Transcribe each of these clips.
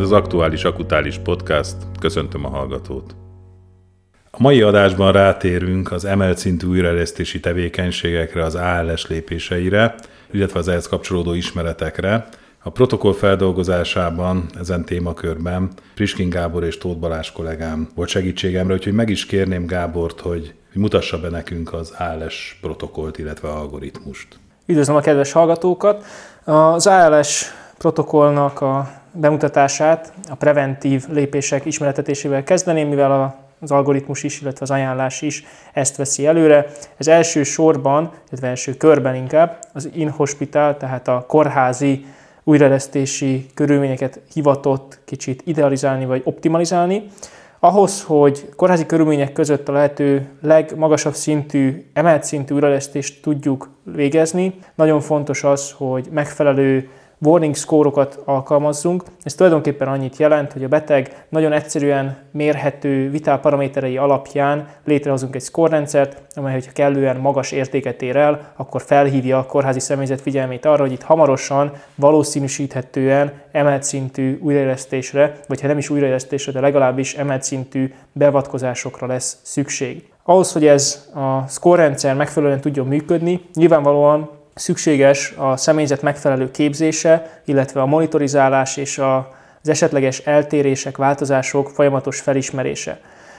Ez az Aktuális Akutális Podcast. Köszöntöm a hallgatót. A mai adásban rátérünk az emelt szintű újraélesztési tevékenységekre, az ALS lépéseire, illetve az ehhez kapcsolódó ismeretekre. A protokoll feldolgozásában, ezen témakörben Priskin Gábor és Tóth Balázs kollégám volt segítségemre, úgyhogy meg is kérném Gábort, hogy mutassa be nekünk az ALS protokollt, illetve algoritmust. Üdvözlöm a kedves hallgatókat! Az ALS protokollnak a bemutatását a preventív lépések ismertetésével kezdeném, mivel az algoritmus is, illetve az ajánlás is ezt veszi előre. Ez elsősorban, illetve első körben inkább az in-hospital, tehát a kórházi újraélesztési körülményeket hivatott kicsit idealizálni vagy optimalizálni. Ahhoz, hogy kórházi körülmények között a lehető legmagasabb szintű, emelt szintű újraélesztést tudjuk végezni, nagyon fontos az, hogy megfelelő warning score-okat alkalmazzunk. Ez tulajdonképpen annyit jelent, hogy a beteg nagyon egyszerűen mérhető vitálparaméterei alapján létrehozunk egy score-rendszert, amely, hogyha kellően magas értéket ér el, akkor felhívja a kórházi személyzet figyelmét arra, hogy itt hamarosan valószínűsíthetően emelt szintű újraélesztésre, vagy ha nem is újraélesztésre, de legalábbis emelt szintű beavatkozásokra lesz szükség. Ahhoz, hogy ez a score-rendszer megfelelően tudjon működni, nyilvánvalóan szükséges a személyzet megfelelő képzése, illetve a monitorizálás és az esetleges eltérések, változások folyamatos felismerése.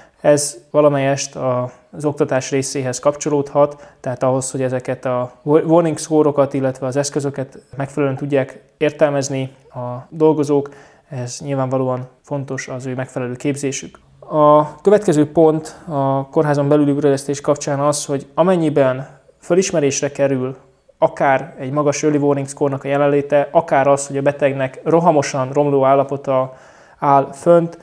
Ez valamelyest az oktatás részéhez kapcsolódhat, tehát ahhoz, hogy ezeket a warning score-okat, illetve az eszközöket megfelelően tudják értelmezni a dolgozók, ez nyilvánvalóan fontos az ő megfelelő képzésük. A következő pont a kórházon belüli újraélesztés kapcsán az, hogy amennyiben felismerésre kerül akár egy magas early warning score-nak a jelenléte, akár az, hogy a betegnek rohamosan romló állapota áll fönt,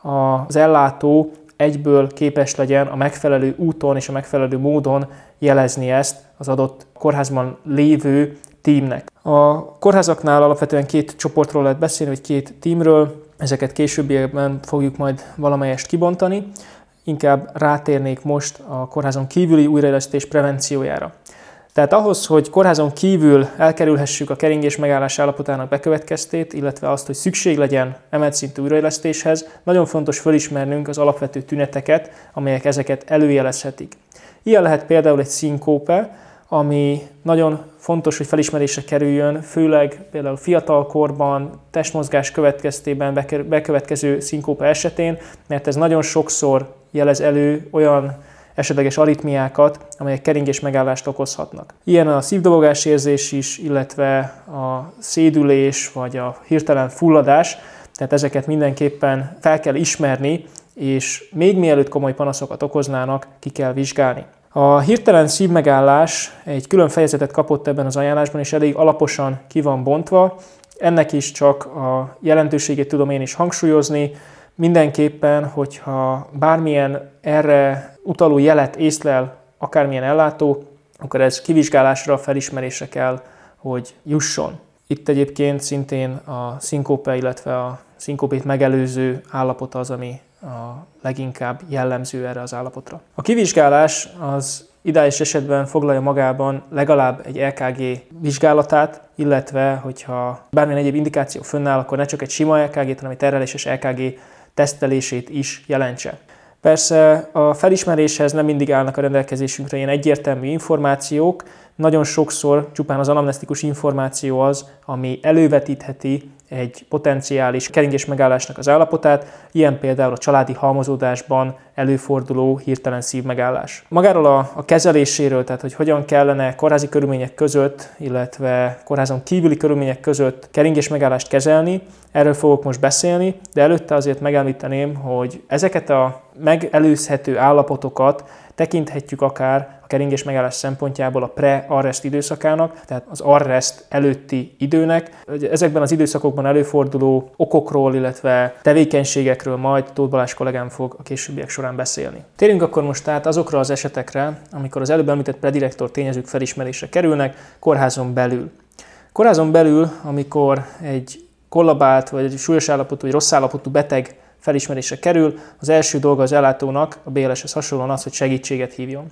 az ellátó egyből képes legyen a megfelelő úton és a megfelelő módon jelezni ezt az adott kórházban lévő tímnek. A kórházaknál alapvetően két csoportról lehet beszélni, vagy két tímről, ezeket későbbiekben fogjuk majd valamelyest kibontani. Inkább rátérnék most a kórházon kívüli újraélesztés prevenciójára. Tehát ahhoz, hogy kórházon kívül elkerülhessük a keringés megállás állapotának bekövetkeztét, illetve azt, hogy szükség legyen emelt szintű újraélesztéshez, nagyon fontos felismernünk az alapvető tüneteket, amelyek ezeket előjelezhetik. Ilyen lehet például egy szinkópe, ami nagyon fontos, hogy felismerésre kerüljön, főleg például fiatalkorban, testmozgás következtében bekövetkező szinkópe esetén, mert ez nagyon sokszor jelez elő olyan esetleges aritmiákat, amelyek keringés megállást okozhatnak. Ilyen a szívdobogás érzés is, illetve a szédülés vagy a hirtelen fulladás, tehát ezeket mindenképpen fel kell ismerni, és még mielőtt komoly panaszokat okoznának, ki kell vizsgálni. A hirtelen szívmegállás egy külön fejezetet kapott ebben az ajánlásban, és elég alaposan ki van bontva. Ennek is csak a jelentőségét tudom én is hangsúlyozni. Mindenképpen, hogyha bármilyen erre utaló jelet észlel akármilyen ellátó, akkor ez kivizsgálásra, felismerésre kell, hogy jusson. Itt egyébként szintén a szinkópe, illetve a szinkópét megelőző állapot az, ami a leginkább jellemző erre az állapotra. A kivizsgálás az ideális esetben foglalja magában legalább egy EKG vizsgálatát, illetve hogyha bármilyen egyéb indikáció fönnáll, akkor ne csak egy sima EKG-t, hanem egy terheléses EKG tesztelését is jelentse. Persze a felismeréshez nem mindig állnak a rendelkezésünkre ilyen egyértelmű információk, nagyon sokszor csupán az anamnesztikus információ az, ami elővetítheti egy potenciális keringés megállásnak az állapotát, ilyen például a családi halmozódásban előforduló hirtelen szívmegállás. Magáról a kezeléséről, tehát hogy hogyan kellene kórházi körülmények között, illetve kórházon kívüli körülmények között keringés megállást kezelni, erről fogok most beszélni, de előtte azért megemlíteném, hogy ezeket a megelőzhető állapotokat tekinthetjük akár a keringés megállás szempontjából a pre-arrest időszakának, tehát az arrest előtti időnek. Ezekben az időszakokban előforduló okokról, illetve tevékenységekről majd Tóth Balázs kollégám fog a későbbiek során beszélni. Térjünk akkor most át azokra az esetekre, amikor az előbb említett predirektor tényezők felismerésre kerülnek kórházon belül. Kórházon belül, amikor egy kollabált, vagy egy súlyos állapotú, vagy rossz állapotú beteg felismerésre kerül, az első dolga az ellátónak, a BLS-hez hasonlóan az, hogy segítséget hívjon.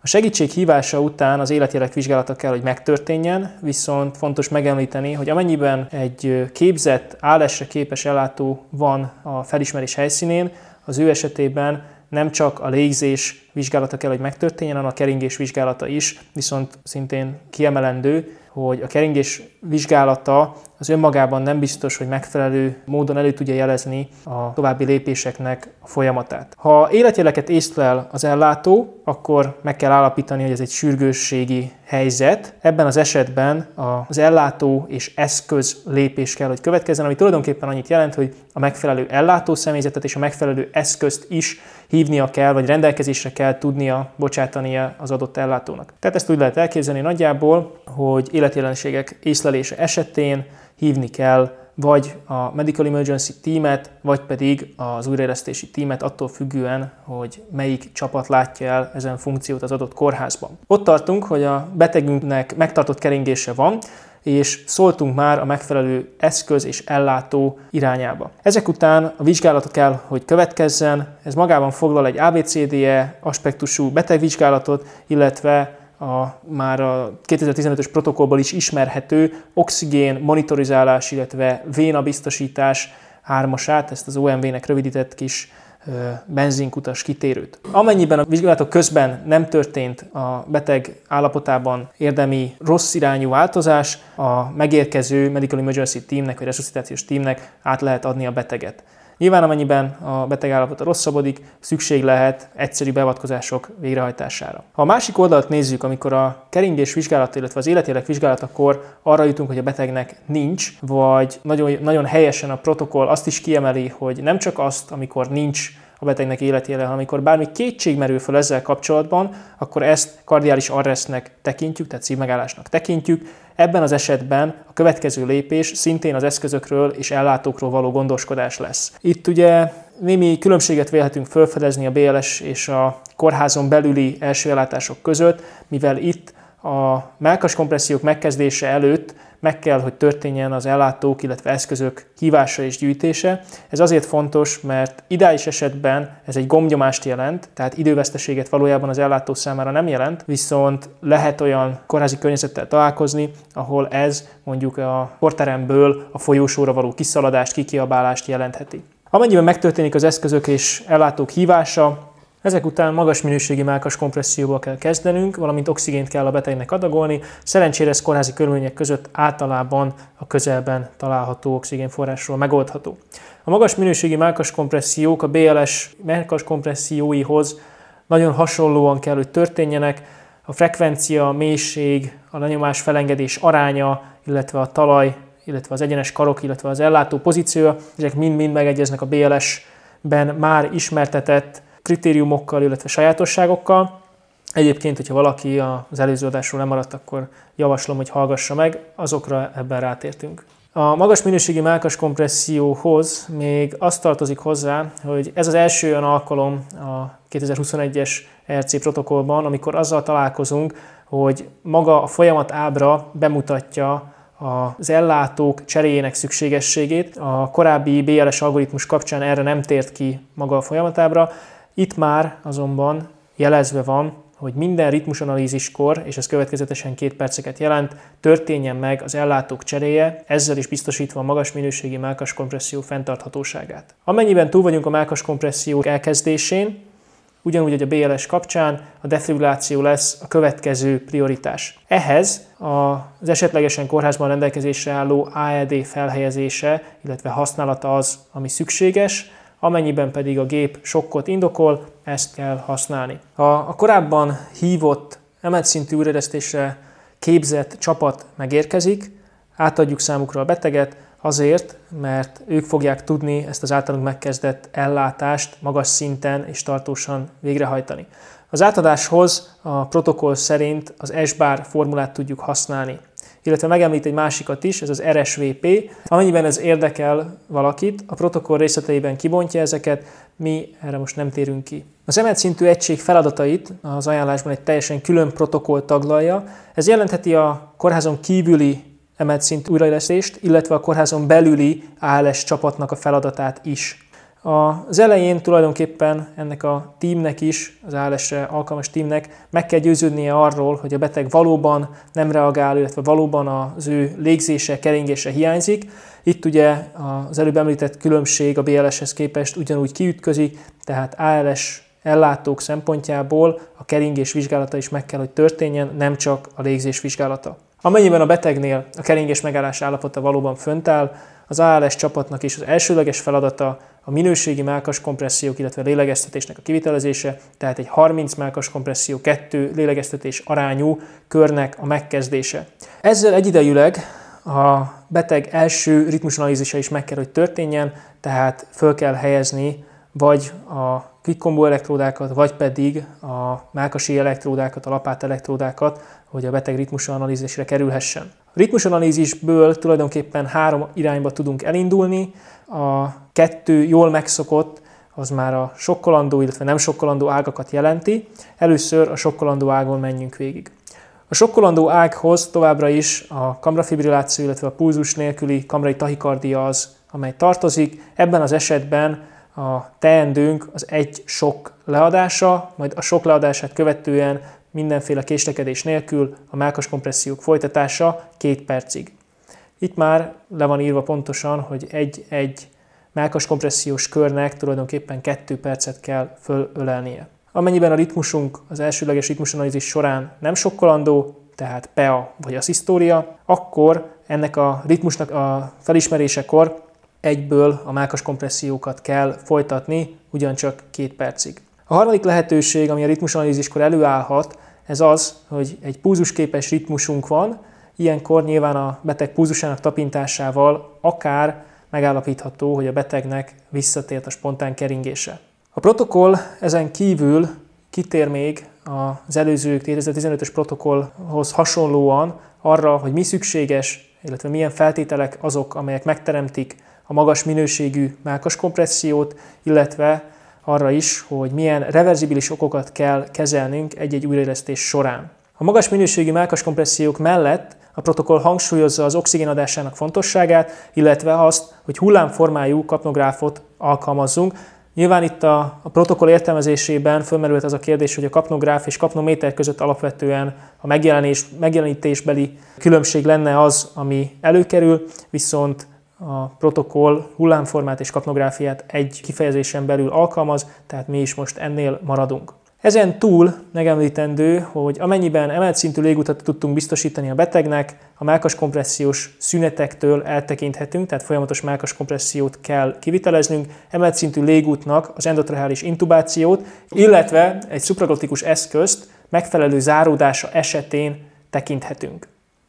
A segítség hívása után az életjelek vizsgálata kell, hogy megtörténjen, viszont fontos megemlíteni, hogy amennyiben egy képzett, ALS-re képes ellátó van a felismerés helyszínén, az ő esetében nem csak a légzés vizsgálata kell, hogy megtörténjen, hanem a keringés vizsgálata is, viszont szintén kiemelendő, hogy a keringés vizsgálata az önmagában nem biztos, hogy megfelelő módon elő tudja jelezni a további lépéseknek a folyamatát. Ha életjeleket észlel az ellátó, akkor meg kell állapítani, hogy ez egy sürgősségi helyzet. Ebben az esetben az ellátó és eszköz lépés kell, hogy következzen, ami tulajdonképpen annyit jelent, hogy a megfelelő ellátó személyzetet és a megfelelő eszközt is hívnia kell, vagy rendelkezésre kell tudnia bocsátania az adott ellátónak. Tehát ezt úgy lehet elképzelni nagyjából, hogy életjelenségek észlelése esetén hívni kell vagy a Medical Emergency Teamet, vagy pedig az újraélesztési teamet, attól függően, hogy melyik csapat látja el ezen funkciót az adott kórházban. Ott tartunk, hogy a betegünknek megtartott keringése van, és szóltunk már a megfelelő eszköz és ellátó irányába. Ezek után a vizsgálatot kell, hogy következzen, ez magában foglal egy ABCDE aspektusú betegvizsgálatot, illetve már a 2015-ös protokollból is ismerhető oxigén monitorizálás, illetve vénabiztosítás 3-asát, ezt az OMV-nek rövidített kis benzinkutas kitérőt. Amennyiben a vizsgálatok közben nem történt a beteg állapotában érdemi rossz irányú változás, a megérkező Medical Emergency Teamnek vagy resuscitációs teamnek át lehet adni a beteget. Nyilván amennyiben a beteg állapota rosszabbodik, szükség lehet egyszerű beavatkozások végrehajtására. Ha a másik oldalt nézzük, amikor a keringés vizsgálata, illetve az életjelek vizsgálatakor arra jutunk, hogy a betegnek nincs, vagy nagyon helyesen a protokoll azt is kiemeli, hogy nem csak azt, amikor nincs a betegnek életjele, hanem amikor bármi kétség merül fel ezzel kapcsolatban, akkor ezt kardiális arrestnek tekintjük, tehát szívmegállásnak tekintjük. Ebben az esetben a következő lépés szintén az eszközökről és ellátókról való gondoskodás lesz. Itt ugye némi különbséget vélhetünk felfedezni a BLS és a kórházon belüli első ellátások között, mivel itt a mellkaskompressziók megkezdése előtt meg kell, hogy történjen az ellátók, illetve eszközök hívása és gyűjtése. Ez azért fontos, mert ideális esetben ez egy gombnyomást jelent, tehát időveszteséget valójában az ellátó számára nem jelent, viszont lehet olyan kórházi környezettel találkozni, ahol ez mondjuk a porteremből a folyósóra való kiszaladást, kikiabálást jelentheti. Amennyiben megtörténik az eszközök és ellátók hívása, ezek után magas minőségi mellkas kompresszióval kell kezdenünk, valamint oxigént kell a betegnek adagolni. Szerencsére ez kórházi körülmények között általában a közelben található oxigénforrásról megoldható. A magas minőségi mellkas kompressziók a BLS mellkas kompresszióihoz nagyon hasonlóan kell, hogy történjenek. A frekvencia, a mélység, a lenyomás felengedés aránya, illetve a talaj, illetve az egyenes karok, illetve az ellátó pozíciója, ezek mind-mind megegyeznek a BLS-ben már ismertetett kritériumokkal, illetve sajátosságokkal. Egyébként, hogyha valaki az előző adásról lemaradt, akkor javaslom, hogy hallgassa meg, azokra ebben rátértünk. A magas minőségi mellkas kompresszióhoz még azt tartozik hozzá, hogy ez az első olyan alkalom a 2021-es ERC protokollban, amikor azzal találkozunk, hogy maga a folyamat ábra bemutatja az ellátók cseréjének szükségességét. A korábbi BLS algoritmus kapcsán erre nem tért ki maga a folyamatábra. Itt már azonban jelezve van, hogy minden ritmusanalíziskor, és ez következetesen 2 perceket jelent, történjen meg az ellátók cseréje, ezzel is biztosítva a magas minőségi mellkas kompresszió fenntarthatóságát. Amennyiben túl vagyunk a mellkas kompresszió elkezdésén, ugyanúgy, hogy a BLS kapcsán a defibrilláció lesz a következő prioritás. Ehhez az esetlegesen kórházban rendelkezésre álló AED felhelyezése, illetve használata az, ami szükséges, amennyiben pedig a gép sokkot indokol, ezt kell használni. Ha a korábban hívott emelt szintű újraélesztésre képzett csapat megérkezik, átadjuk számukra a beteget, azért, mert ők fogják tudni ezt az általunk megkezdett ellátást magas szinten és tartósan végrehajtani. Az átadáshoz a protokoll szerint az SBAR formulát tudjuk használni, illetve megemlít egy másikat is, ez az RSVP. Amennyiben ez érdekel valakit, a protokoll részleteiben kibontja ezeket, mi erre most nem térünk ki. Az emelt szintű egység feladatait az ajánlásban egy teljesen külön protokoll taglalja. Ez jelentheti a kórházon kívüli emelt szintű újraélesztést, illetve a kórházon belüli ALS csapatnak a feladatát is. Az elején tulajdonképpen ennek a teamnek is, az ALS-re alkalmas teamnek meg kell győződnie arról, hogy a beteg valóban nem reagál, illetve valóban az ő légzése, keringése hiányzik. Itt ugye az előbb említett különbség a BLS-hez képest ugyanúgy kiütközik, tehát ALS ellátók szempontjából a keringés vizsgálata is meg kell, hogy történjen, nem csak a légzés vizsgálata. Amennyiben a betegnél a keringés megállás állapota valóban fönt áll, az ALS csapatnak is az elsődleges feladata a minőségi mellkas kompressziók, illetve lélegeztetésnek a kivitelezése, tehát egy 30 mellkas kompresszió, 2 lélegeztetés arányú körnek a megkezdése. Ezzel egyidejűleg a beteg első ritmusanalízise is meg kell, hogy történjen, tehát föl kell helyezni vagy a quick combo elektródákat, vagy pedig a mellkasi elektródákat, a lapát elektródákat, hogy a beteg ritmusanalízisre kerülhessen. A ritmusanalízisből tulajdonképpen 3 irányba tudunk elindulni. A 2 jól megszokott, az már a sokkolandó, illetve nem sokkolandó ágakat jelenti. Először a sokkolandó ágon menjünk végig. A sokkolandó ághoz továbbra is a kamrafibrilláció, illetve a pulzus nélküli kamrai tachikardia az, amely tartozik. Ebben az esetben a teendőnk az egy sokk leadása, majd a sokk leadását követően mindenféle késlekedés nélkül a mellkas kompressziók folytatása 2 percig. Itt már le van írva pontosan, hogy egy mellkas kompressziós körnek tulajdonképpen 2 percet kell fölölelnie. Amennyiben a ritmusunk az elsődleges ritmusanalízis során nem sokkolandó, tehát PEA vagy asszisztória, akkor ennek a ritmusnak a felismerésekor egyből a mellkas kompressziókat kell folytatni, ugyancsak 2 percig. A harmadik lehetőség, ami a ritmusanalíziskor előállhat, ez az, hogy egy pulzusképes ritmusunk van, ilyenkor nyilván a beteg pulzusának tapintásával akár megállapítható, hogy a betegnek visszatért a spontán keringése. A protokoll ezen kívül kitér még az előző 2015-ös protokollhoz hasonlóan arra, hogy mi szükséges, illetve milyen feltételek azok, amelyek megteremtik a magas minőségű mellkas kompressziót, illetve arra is, hogy milyen reverzibilis okokat kell kezelnünk egy-egy újraélesztés során. A magas minőségű mellkas kompressziók mellett a protokoll hangsúlyozza az oxigén adásának fontosságát, illetve azt, hogy hullámformájú kapnográfot alkalmazzunk. Nyilván itt a protokoll értelmezésében fölmerült az a kérdés, hogy a kapnográf és kapnométer között alapvetően a megjelenítésbeli különbség lenne az, ami előkerül, viszont a protokoll hullámformát és kapnográfiát egy kifejezésen belül alkalmaz, tehát mi is most ennél maradunk. Ezen túl megemlítendő, hogy amennyiben emelt szintű légutat tudtunk biztosítani a betegnek, a mellkas kompressziós szünetektől eltekinthetünk, tehát folyamatos mellkas kompressziót kell kiviteleznünk, emelt szintű légútnak az endotracheális intubációt, illetve egy szupraglottikus eszközt megfelelő záródása esetén tekinthetünk.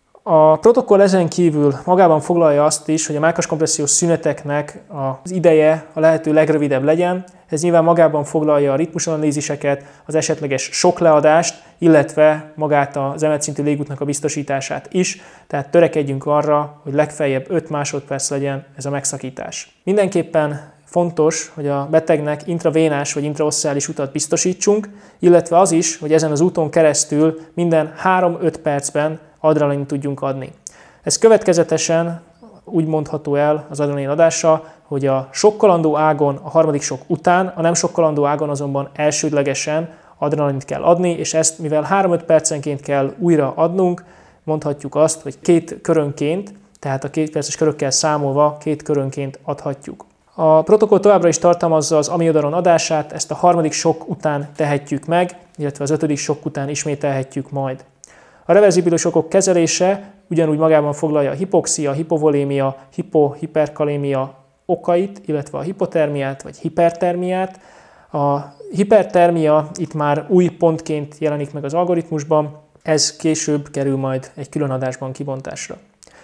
A protokoll ezen kívül magában foglalja azt is, hogy a mellkas kompressziós szüneteknek az ideje a lehető legrövidebb legyen. Ez nyilván magában foglalja a ritmusanalíziseket, az esetleges sokkleadást, illetve magát az emelt szintű légútnak a biztosítását is, tehát törekedjünk arra, hogy legfeljebb 5 másodperc legyen ez a megszakítás. Mindenképpen fontos, hogy a betegnek intravénás vagy intraosszális utat biztosítsunk, illetve az is, hogy ezen az úton keresztül minden 3-5 percben adrenalint tudjunk adni. Ez következetesen úgy mondható el az adrenalin adása, hogy a sokkolandó ágon a harmadik sok után, a nem sokkolandó ágon azonban elsődlegesen adrenalint kell adni, és ezt mivel 3-5 percenként kell újra adnunk, mondhatjuk azt, hogy 2 körönként, tehát a 2 perces körökkel számolva 2 körönként adhatjuk. A protokoll továbbra is tartalmazza az amiodaron adását, ezt a harmadik sok után tehetjük meg, illetve az 5. sok után ismételhetjük majd. A reverzibilis okok kezelése ugyanúgy magában foglalja a hipoxia, hipovolémia, hiperkalémia okait, illetve a hipotermiát vagy hipertermiát. A hipertermia itt már új pontként jelenik meg az algoritmusban, ez később kerül majd egy külön adásban kibontásra.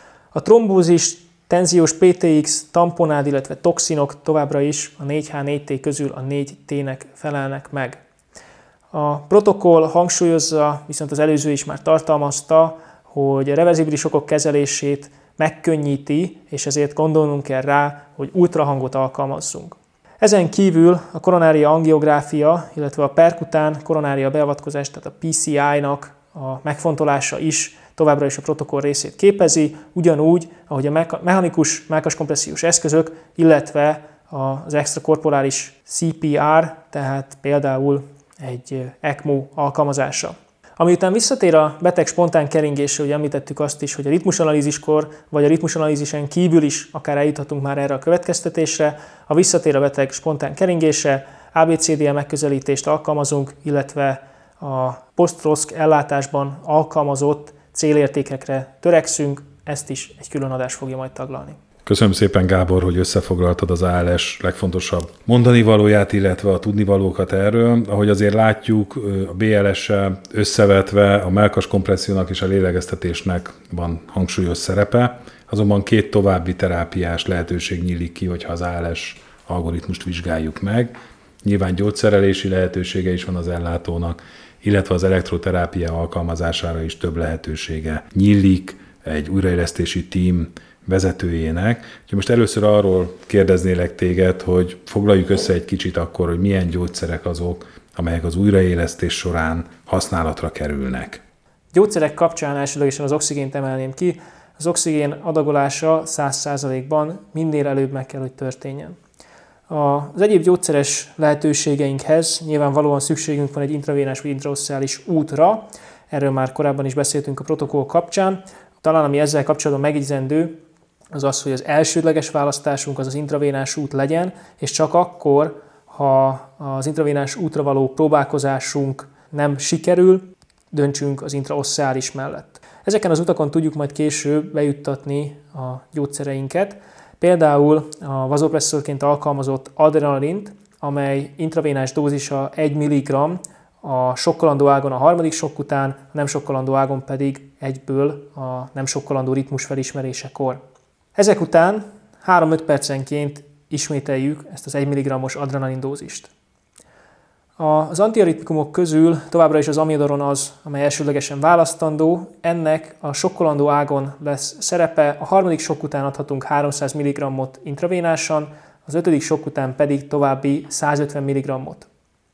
A trombózis, tenziós PTX, tamponád, illetve toxinok továbbra is a 4H4T közül a 4T-nek felelnek meg. A protokoll hangsúlyozza, viszont az előző is már tartalmazta, hogy a reverzibilis okok kezelését megkönnyíti, és ezért gondolnunk kell rá, hogy ultrahangot alkalmazzunk. Ezen kívül a koronária angiográfia, illetve a perkután koronária beavatkozás, tehát a PCI-nak a megfontolása is továbbra is a protokoll részét képezi, ugyanúgy, ahogy a mechanikus mellkas kompressziós eszközök, illetve az extrakorporális CPR, tehát például egy ECMO alkalmazása. Amiután visszatér a beteg spontán keringésre, ugye említettük azt is, hogy a ritmusanalíziskor, vagy a ritmusanalízisen kívül is akár eljuthatunk már erre a következtetésre. Ha visszatér a beteg spontán keringésre, ABCDE megközelítést alkalmazunk, illetve a post-ROSC ellátásban alkalmazott célértékekre törekszünk, ezt is egy külön adás fogja majd taglalni. Köszönöm szépen, Gábor, hogy összefoglaltad az ALS legfontosabb mondanivalóját, illetve a tudnivalókat erről. Ahogy azért látjuk, a BLS-sel összevetve a mellkas kompressziónak és a lélegeztetésnek van hangsúlyos szerepe, azonban 2 további terápiás lehetőség nyílik ki, hogyha az ALS algoritmust vizsgáljuk meg. Nyilván gyógyszerelési lehetősége is van az ellátónak, illetve az elektroterápia alkalmazására is több lehetősége nyílik egy újraélesztési tím vezetőjének. Úgyhogy most először arról kérdeznélek téged, hogy foglaljuk össze egy kicsit akkor, hogy milyen gyógyszerek azok, amelyek az újraélesztés során használatra kerülnek. Gyógyszerek kapcsán elsőlegesen az oxigént emelném ki. Az oxigén adagolása 100%-ban minél előbb meg kell, hogy történjen. Az egyéb gyógyszeres lehetőségeinkhez nyilvánvalóan szükségünk van egy intravénás vagy intraosszeális útra. Erről már korábban is beszéltünk a protokoll kapcsán. Talán ami ezzel kapcsolatban megjegyzendő, az az, hogy az elsődleges választásunk az intravénás út legyen, és csak akkor, ha az intravénás útra való próbálkozásunk nem sikerül, döntsünk az intraosszeális mellett. Ezeken az utakon tudjuk majd később bejuttatni a gyógyszereinket, például a vazopresszorként alkalmazott adrenalint, amely intravénás dózisa 1 mg, a sokkolandó ágon a harmadik sokk után, a nem sokkolandó ágon pedig egyből a nem sokkolandó ritmus felismerésekor. Ezek után 3-5 percenként ismételjük ezt az 1 mg-os adrenalin dózist. Az antiaritmikumok közül továbbra is az amidaron az, amely elsődlegesen választandó. Ennek a sokkolandó ágon lesz szerepe, a harmadik sokk után adhatunk 300 mg-ot intravénásan, az 5. sokk után pedig további 150 mg-ot.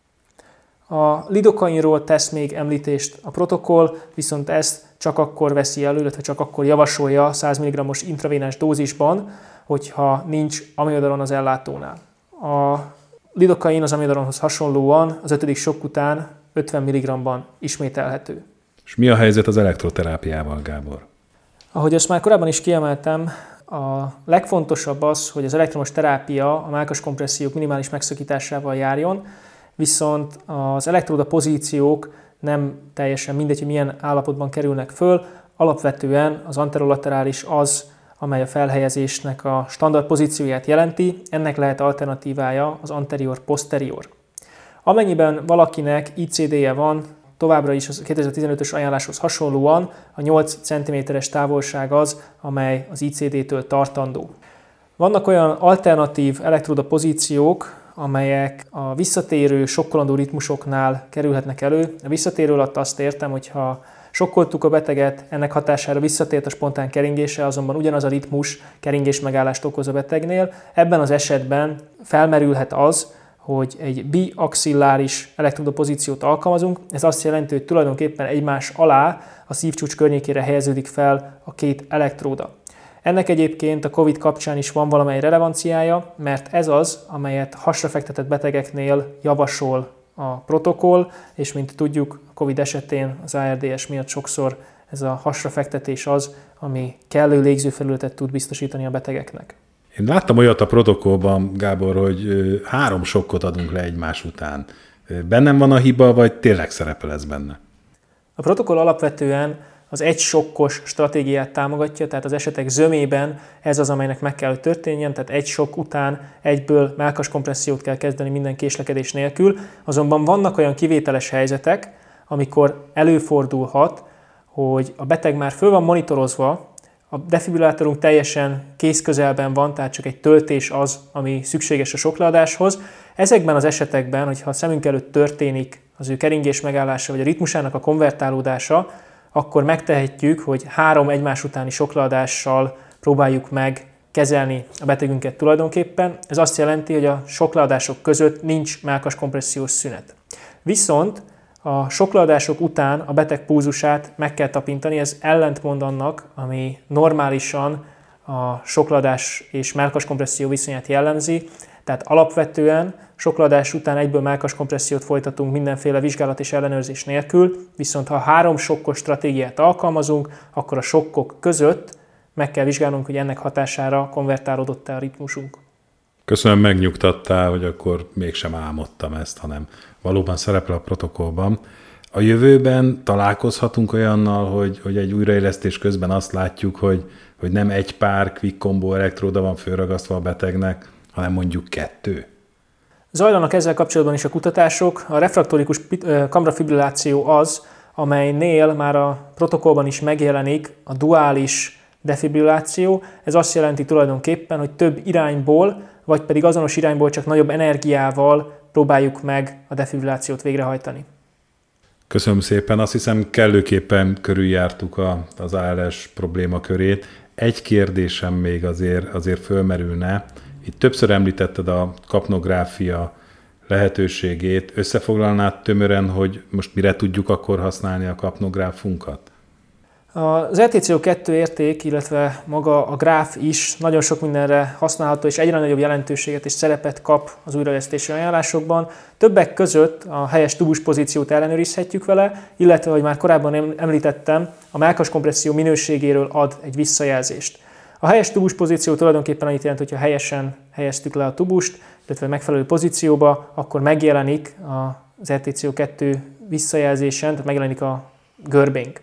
A lidokainról tesz még említést a protokoll, viszont ezt csak akkor veszi elő, illetve csak akkor javasolja 100 mg-os intravénás dózisban, hogyha nincs amidaron az ellátónál. A lidokain az amidaronhoz hasonlóan az 5. sokk után 50 mg-ban ismételhető. És mi a helyzet az elektroterápiával, Gábor? Ahogy azt már korábban is kiemeltem, a legfontosabb az, hogy az elektromos terápia a mellkas kompressziók minimális megszakításával járjon, viszont az elektróda pozíciók nem teljesen mindegy, hogy milyen állapotban kerülnek föl. Alapvetően az anterolaterális az, amely a felhelyezésnek a standard pozícióját jelenti, ennek lehet alternatívája az anterior-posterior. Amennyiben valakinek ICD-je van, továbbra is az 2015-ös ajánláshoz hasonlóan a 8 cm-es távolság az, amely az ICD-től tartandó. Vannak olyan alternatív elektróda pozíciók, amelyek a visszatérő sokkolandó ritmusoknál kerülhetnek elő. A visszatérő alatt azt értem, hogy ha sokkoltuk a beteget, ennek hatására visszatért a spontán keringése, azonban ugyanaz a ritmus keringés megállást okoz a betegnél. Ebben az esetben felmerülhet az, hogy egy biaxilláris elektróda pozíciót alkalmazunk. Ez azt jelenti, hogy tulajdonképpen egymás alá a szívcsúcs környékére helyeződik fel a 2 elektróda. Ennek egyébként a COVID kapcsán is van valamely relevanciája, mert ez az, amelyet hasra fektetett betegeknél javasol a protokoll, és mint tudjuk, a COVID esetén az ARDS miatt sokszor ez a hasra fektetés az, ami kellő légzőfelületet tud biztosítani a betegeknek. Én láttam olyat a protokollban, Gábor, hogy 3 sokkot adunk le egymás után. Bennem van a hiba, vagy tényleg szerepel ez benne? A protokoll alapvetően az egy sokkos stratégiát támogatja, tehát az esetek zömében ez az, amelynek meg kell, hogy történjen, tehát egy sokk után egyből mellkas kompressziót kell kezdeni minden késlekedés nélkül. Azonban vannak olyan kivételes helyzetek, amikor előfordulhat, hogy a beteg már föl van monitorozva, a defibrillátorunk teljesen kézközelben van, tehát csak egy töltés az, ami szükséges a sokkleadáshoz. Ezekben az esetekben, hogyha a szemünk előtt történik az ő keringés megállása, vagy a ritmusának a konvertálódása, akkor megtehetjük, hogy 3 egymás utáni sokkleadással próbáljuk meg kezelni a betegünket tulajdonképpen. Ez azt jelenti, hogy a sokkleadások között nincs mellkas kompressziós szünet. Viszont a sokkleadások után a beteg pulzusát meg kell tapintani, ez ellentmond annak, ami normálisan a sokkleadás és mellkas kompresszió viszonyát jellemzi, Tehát alapvetően sokladás után egyből mellkas kompressziót folytatunk mindenféle vizsgálat és ellenőrzés nélkül, viszont ha 3 sokkos stratégiát alkalmazunk, akkor a sokkok között meg kell vizsgálnunk, hogy ennek hatására konvertálódott-e a ritmusunk. Köszönöm, megnyugtattál, hogy akkor mégsem álmodtam ezt, hanem valóban szerepel a protokollban. A jövőben találkozhatunk olyannal, hogy egy újraélesztés közben azt látjuk, hogy nem egy pár quick combo elektróda van fölragasztva a betegnek, hanem mondjuk 2. Zajlanak ezzel kapcsolatban is a kutatások. A refraktorikus kamrafibrilláció az, amelynél már a protokollban is megjelenik a duális defibrilláció. Ez azt jelenti tulajdonképpen, hogy több irányból, vagy pedig azonos irányból csak nagyobb energiával próbáljuk meg a defibrillációt végrehajtani. Köszönöm szépen, azt hiszem kellőképpen körüljártuk az ALS problémakörét. Egy kérdésem még azért fölmerülne. Itt többször említetted a kapnográfia lehetőségét. Összefoglalnád tömören, hogy most mire tudjuk akkor használni a kapnográfunkat? Az RTCO2 érték, illetve maga a gráf is nagyon sok mindenre használható, és egyre nagyobb jelentőséget és szerepet kap az újraélesztési ajánlásokban. Többek között a helyes tubuspozíciót ellenőrizhetjük vele, illetve, ahogy már korábban említettem, a mellkas kompresszió minőségéről ad egy visszajelzést. A helyes tubuspozíció tulajdonképpen annyit jelent, hogyha helyesen helyeztük le a tubust, illetve megfelelő pozícióba, akkor megjelenik az RTCO2 visszajelzésen, tehát megjelenik a görbénk.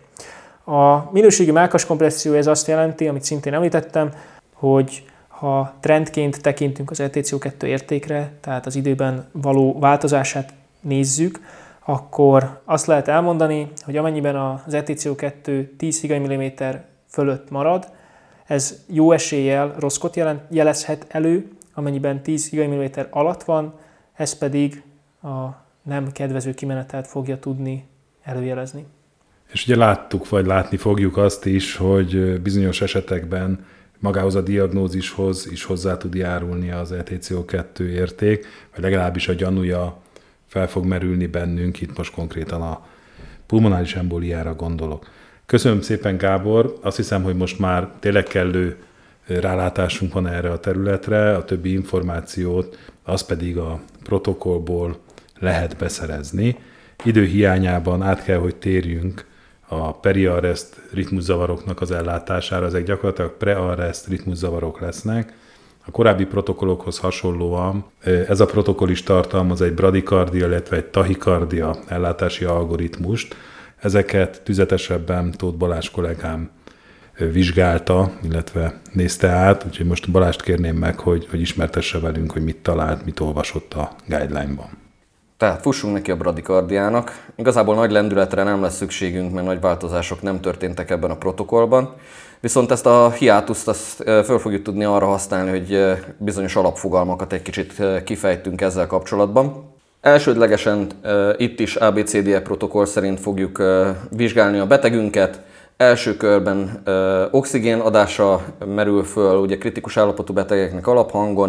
A minőségi mellkas kompresszió ez azt jelenti, amit szintén említettem, hogy ha trendként tekintünk az RTCO2 értékre, tehát az időben való változását nézzük, akkor azt lehet elmondani, hogy amennyiben az RTCO2 10 Hg/mm fölött marad, ez jó eséllyel rosszkot jelezhet elő, amennyiben 10 Hg/mm alatt van, ez pedig a nem kedvező kimenetelt fogja tudni előjelezni. És ugye láttuk, vagy látni fogjuk azt is, hogy bizonyos esetekben magához a diagnózishoz is hozzá tud járulni az RTCO2 érték, vagy legalábbis a gyanúja fel fog merülni bennünk, itt most konkrétan a pulmonális embóliára gondolok. Köszönöm szépen, Gábor, azt hiszem, hogy most már tényleg kellő rálátásunk van erre a területre, a többi információt, az pedig a protokollból lehet beszerezni. Idő hiányában át kell, hogy térjünk a periarrest ritmuszavaroknak az ellátására, ezek gyakorlatilag prearrest ritmuszavarok lesznek. A korábbi protokollokhoz hasonlóan ez a protokoll is tartalmaz egy bradikardia, illetve egy tahikardia ellátási algoritmust. Ezeket tüzetesebben Tóth Balázs kollégám vizsgálta, illetve nézte át, úgyhogy most Balást kérném meg, hogy ismertesse velünk, hogy mit talált, mit olvasott a guideline-ban. Tehát fussunk neki a bradikardiának. Igazából nagy lendületre nem lesz szükségünk, mert nagy változások nem történtek ebben a protokollban. Viszont ezt a hiátuszt föl fogjuk tudni arra használni, hogy bizonyos alapfogalmakat egy kicsit kifejtünk ezzel kapcsolatban. Elsődlegesen itt is ABCDE protokoll szerint fogjuk vizsgálni a betegünket. Első körben oxigénadása merül föl, ugye kritikus állapotú betegeknek alaphangon.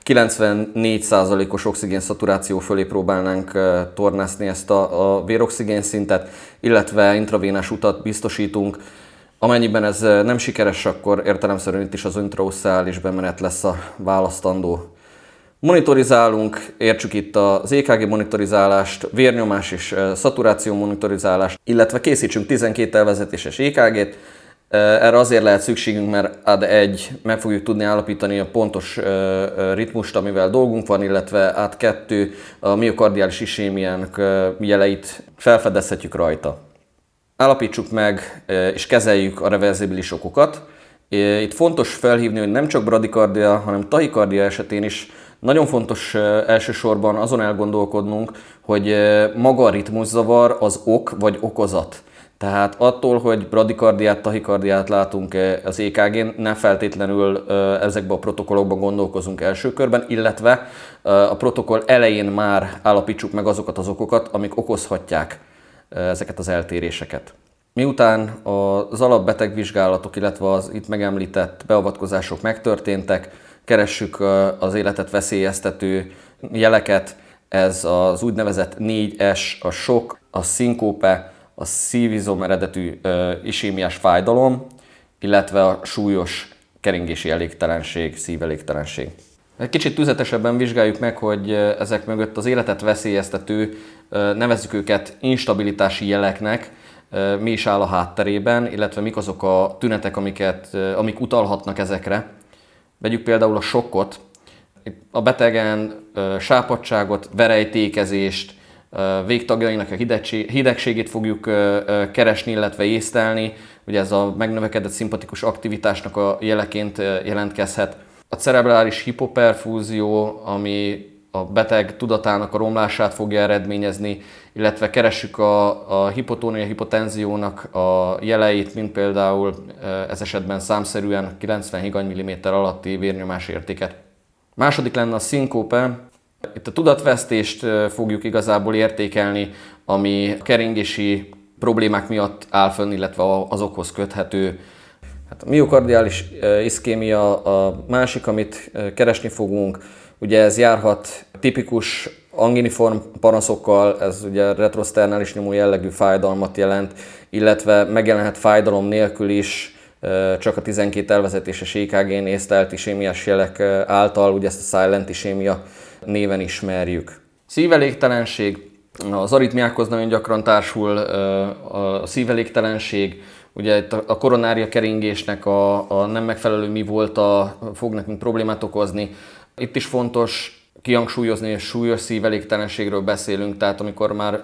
94%-os oxigénszaturáció fölé próbálnánk tornászni ezt a véroxigén szintet, illetve intravénás utat biztosítunk. Amennyiben ez nem sikeres, akkor értelemszerűen itt is az intraosszális bemenet lesz a választandó. Monitorizálunk, értsük itt az EKG monitorizálást, vérnyomás és szaturáció monitorizálást, illetve készítsünk 12 elvezetéses EKG-t. Erre azért lehet szükségünk, mert AD1 meg fogjuk tudni állapítani a pontos ritmust, amivel dolgunk van, illetve AD2 a miokardiális isémiának jeleit felfedezhetjük rajta. Állapítsuk meg és kezeljük a reverzibilis okokat. Itt fontos felhívni, hogy nem csak bradikardia, hanem tahikardia esetén is nagyon fontos elsősorban azon elgondolkodnunk, hogy maga a ritmuszavar az ok vagy okozat. Tehát attól, hogy bradikardiát, tahikardiát látunk az EKG-n, nem feltétlenül ezekben a protokollokban gondolkozunk első körben, illetve a protokoll elején már állapítsuk meg azokat az okokat, amik okozhatják ezeket az eltéréseket. Miután az alapbetegvizsgálatok, illetve az itt megemlített beavatkozások megtörténtek, keressük az életet veszélyeztető jeleket, ez az úgynevezett 4S, a sok, a szinkópe, a szívizom eredetű isémiás fájdalom, illetve a súlyos keringési elégtelenség, szívelégtelenség. Egy kicsit tüzetesebben vizsgáljuk meg, hogy ezek mögött az életet veszélyeztető, nevezzük őket instabilitási jeleknek, mi is áll a hátterében, illetve mik azok a tünetek, amik utalhatnak ezekre. Vegyük például a sokkot. A betegen sápadtságot, verejtékezést, végtagjainak a hidegségét fogjuk keresni, illetve észlelni. Ugye ez a megnövekedett szimpatikus aktivitásnak a jeleként jelentkezhet. A cerebrális hipoperfúzió, ami a beteg tudatának a romlását fogja eredményezni, illetve keressük a hipotónia, hipotenziónak a jeleit, mint például ez esetben számszerűen 90 higany-milliméter alatti vérnyomás értéket. Második lenne a szinkópe. Itt a tudatvesztést fogjuk igazából értékelni, ami keringési problémák miatt áll fönn, illetve azokhoz köthető. Hát a miokardiális iszkémia a másik, amit keresni fogunk. Ugye ez járhat tipikus anginiform panaszokkal, ez ugye retroszternális nyomó jellegű fájdalmat jelent, illetve megjelenhet fájdalom nélkül is, csak a 12 elvezetéses EKG-n észlelt isémiás jelek által, ugye ezt a silent isémia néven ismerjük. Szívelégtelenség, az aritmiákhoz nagyon gyakran társul a szívelégtelenség, ugye itt a koronária keringésnek a nem megfelelő mi volta fog nekünk problémát okozni. Itt is fontos kihangsúlyozni, hogy súlyos szívelégtelenségről beszélünk, tehát amikor már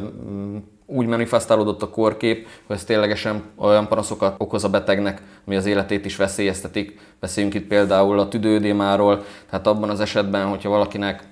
úgy manifestálódott a kórkép, hogy ez ténylegesen olyan panaszokat okoz a betegnek, ami az életét is veszélyeztetik. Beszéljünk itt például a tüdőödémáról, tehát abban az esetben, hogyha valakinek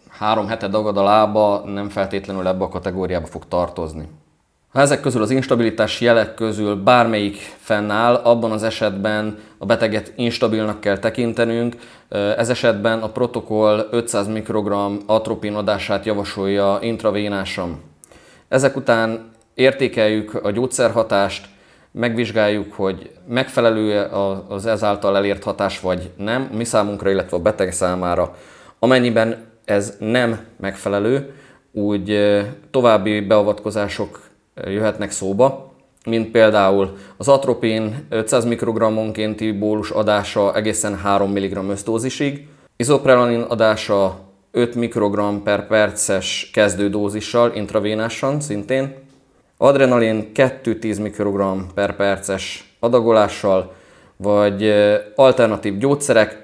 3 hete dagad a lába, nem feltétlenül ebbe a kategóriába fog tartozni. Ha ezek közül az instabilitás jelek közül bármelyik fennáll, abban az esetben a beteget instabilnak kell tekintenünk. Ez esetben a protokoll 500 mikrogramm atropin adását javasolja intravénásan. Ezek után értékeljük a gyógyszerhatást, megvizsgáljuk, hogy megfelelő az ezáltal elért hatás vagy nem, mi számunkra, illetve a beteg számára. Amennyiben ez nem megfelelő, úgy további beavatkozások jöhetnek szóba, mint például az atropin 500 mikrogrammonkénti bólus adása egészen 3 mg öszdózisig, izoprelanin adása 5 mikrogram per perces kezdődózissal, intravénásan szintén, adrenalin 2-10 mikrogram per perces adagolással, vagy alternatív gyógyszerek,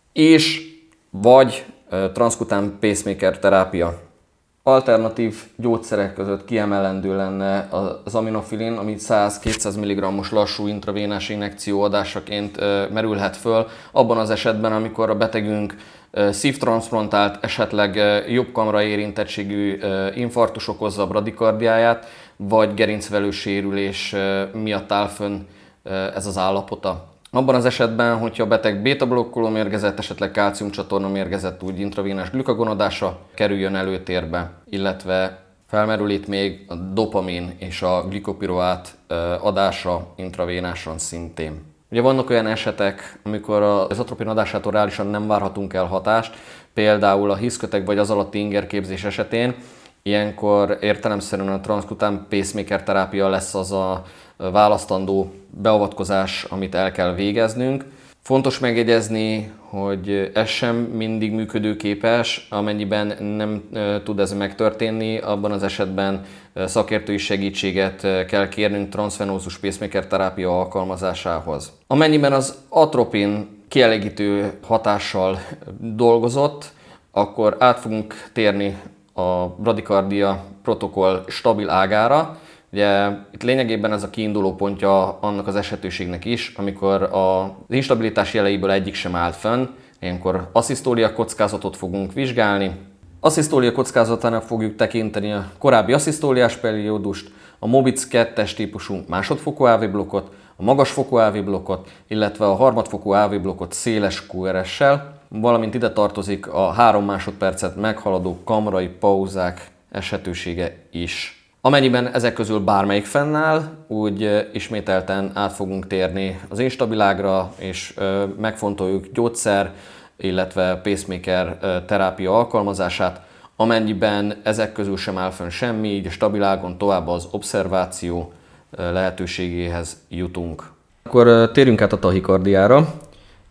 és vagy transzkután pacemaker terápia. Alternatív gyógyszerek között kiemelendő lenne az aminofilin, ami 100-200 mg-os lassú intravénás injekció adásaként merülhet föl, abban az esetben, amikor a betegünk szívtranszplantált, esetleg jobbkamra érintettségű infarktus okozza a bradikardiáját, vagy gerincvelő sérülés miatt áll fönn ez az állapota. Abban az esetben, hogyha a beteg béta-blokkoló mérgezett, esetleg kálciumcsatorna mérgezett, úgy intravénás glükagonadása kerüljön előtérbe, illetve felmerül itt még a dopamin és a glikopiroát adása intravénásan szintén. Ugye vannak olyan esetek, amikor az atropin adásától reálisan nem várhatunk el hatást, például a hiszköteg vagy az alatti ingerképzés esetén. Ilyenkor értelemszerűen a transzkután pacemaker terápia lesz az a választandó beavatkozás, amit el kell végeznünk. Fontos megjegyezni, hogy ez sem mindig működőképes, amennyiben nem tud ez megtörténni, abban az esetben szakértői segítséget kell kérnünk transzvenózus pacemaker terápia alkalmazásához. Amennyiben az atropin kielégítő hatással dolgozott, akkor át fogunk térni a bradikardia protokoll stabil ágára. Ugye itt lényegében ez a kiinduló pontja annak az esetőségnek is, amikor az instabilitás jeleiből egyik sem állt fönn, ilyenkor asszisztólia kockázatot fogunk vizsgálni. Asszisztólia kockázatának fogjuk tekinteni a korábbi asszisztóliás periódust, a Mobitz 2-es típusú másodfokú AV blokkot, a magasfokú AV blokkot, illetve a harmadfokú AV blokkot széles QRS-sel, valamint ide tartozik a 3 másodpercet meghaladó kamrai pauzák esetősége is. Amennyiben ezek közül bármelyik fennáll, úgy ismételten át fogunk térni az instabilágra, és megfontoljuk gyógyszer, illetve pacemaker terápia alkalmazását. Amennyiben ezek közül sem áll fönn semmi, így a stabilágon tovább az obszerváció lehetőségéhez jutunk. Akkor térjünk át a tahikardiára.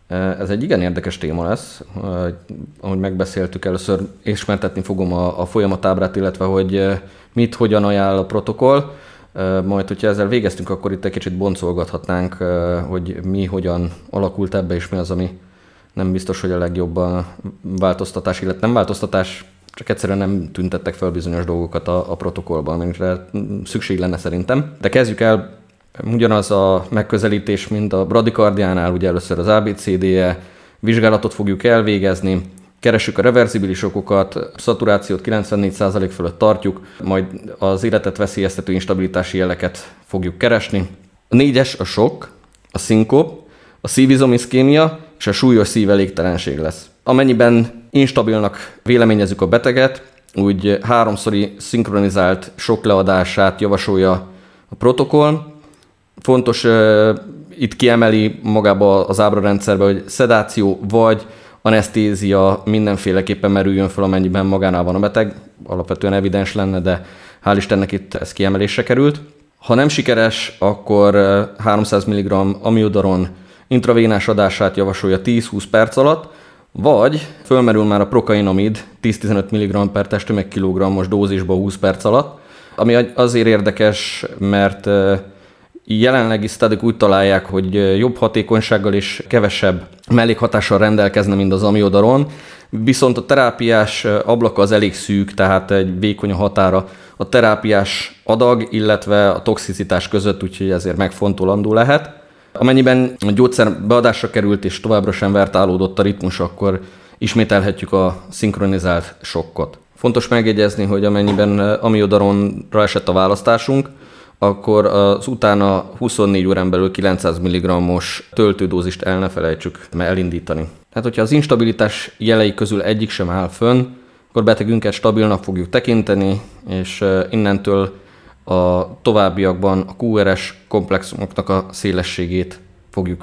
Ez egy igen érdekes téma lesz, ahogy megbeszéltük, először ismertetni fogom a folyamatábrát, illetve hogy mit, hogyan ajánl a protokoll. Majd, hogyha ezzel végeztünk, akkor itt egy kicsit boncolgathatnánk, hogy mi hogyan alakult ebbe, és mi az, ami nem biztos, hogy a legjobb a változtatás, illetve nem változtatás, csak egyszerűen nem tüntettek fel bizonyos dolgokat a protokollban, amire szükség lenne szerintem. De kezdjük el, ugyanaz a megközelítés, mint a bradikardiánál, ugye először az ABCD-e vizsgálatot fogjuk elvégezni, keressük a reverzibilis okokat, szaturációt 94% fölött tartjuk, majd az életet veszélyeztető instabilitási jeleket fogjuk keresni. A 4-es a sok, a szinkop, a szívizomiszkémia és a súlyos szívelégtelenség lesz. Amennyiben instabilnak véleményezzük a beteget, úgy 3-szori szinkronizált sok leadását javasolja a protokoll. Fontos, itt kiemeli magába az ábrarendszerbe, hogy szedáció vagy anesztézia mindenféleképpen merüljön fel, amennyiben magánál van a beteg. Alapvetően evidens lenne, de hál' Istennek itt ez kiemelésre került. Ha nem sikeres, akkor 300 mg amiodaron intravénás adását javasolja 10-20 perc alatt, vagy fölmerül már a prokainamid 10-15 mg per testtömeg-kilogrammos dózisba 20 perc alatt, ami azért érdekes, mert jelenlegi sztádik úgy találják, hogy jobb hatékonysággal és kevesebb mellékhatással rendelkezne, mint az amiodaron, viszont a terápiás ablaka az elég szűk, tehát egy vékony a határa a terápiás adag, illetve a toxicitás között, úgyhogy ezért megfontolandó lehet. Amennyiben a gyógyszer beadásra került és továbbra sem vertálódott a ritmus, akkor ismételhetjük a szinkronizált sokkot. Fontos megjegyezni, hogy amennyiben amiodaronra esett a választásunk, akkor az utána 24 órán belül 900 mg-os töltődózist el ne felejtsük elindítani. Tehát, hogyha az instabilitás jelei közül egyik sem áll fönn, akkor betegünket stabilnak fogjuk tekinteni, és innentől a továbbiakban a QRS komplexumoknak a szélességét fogjuk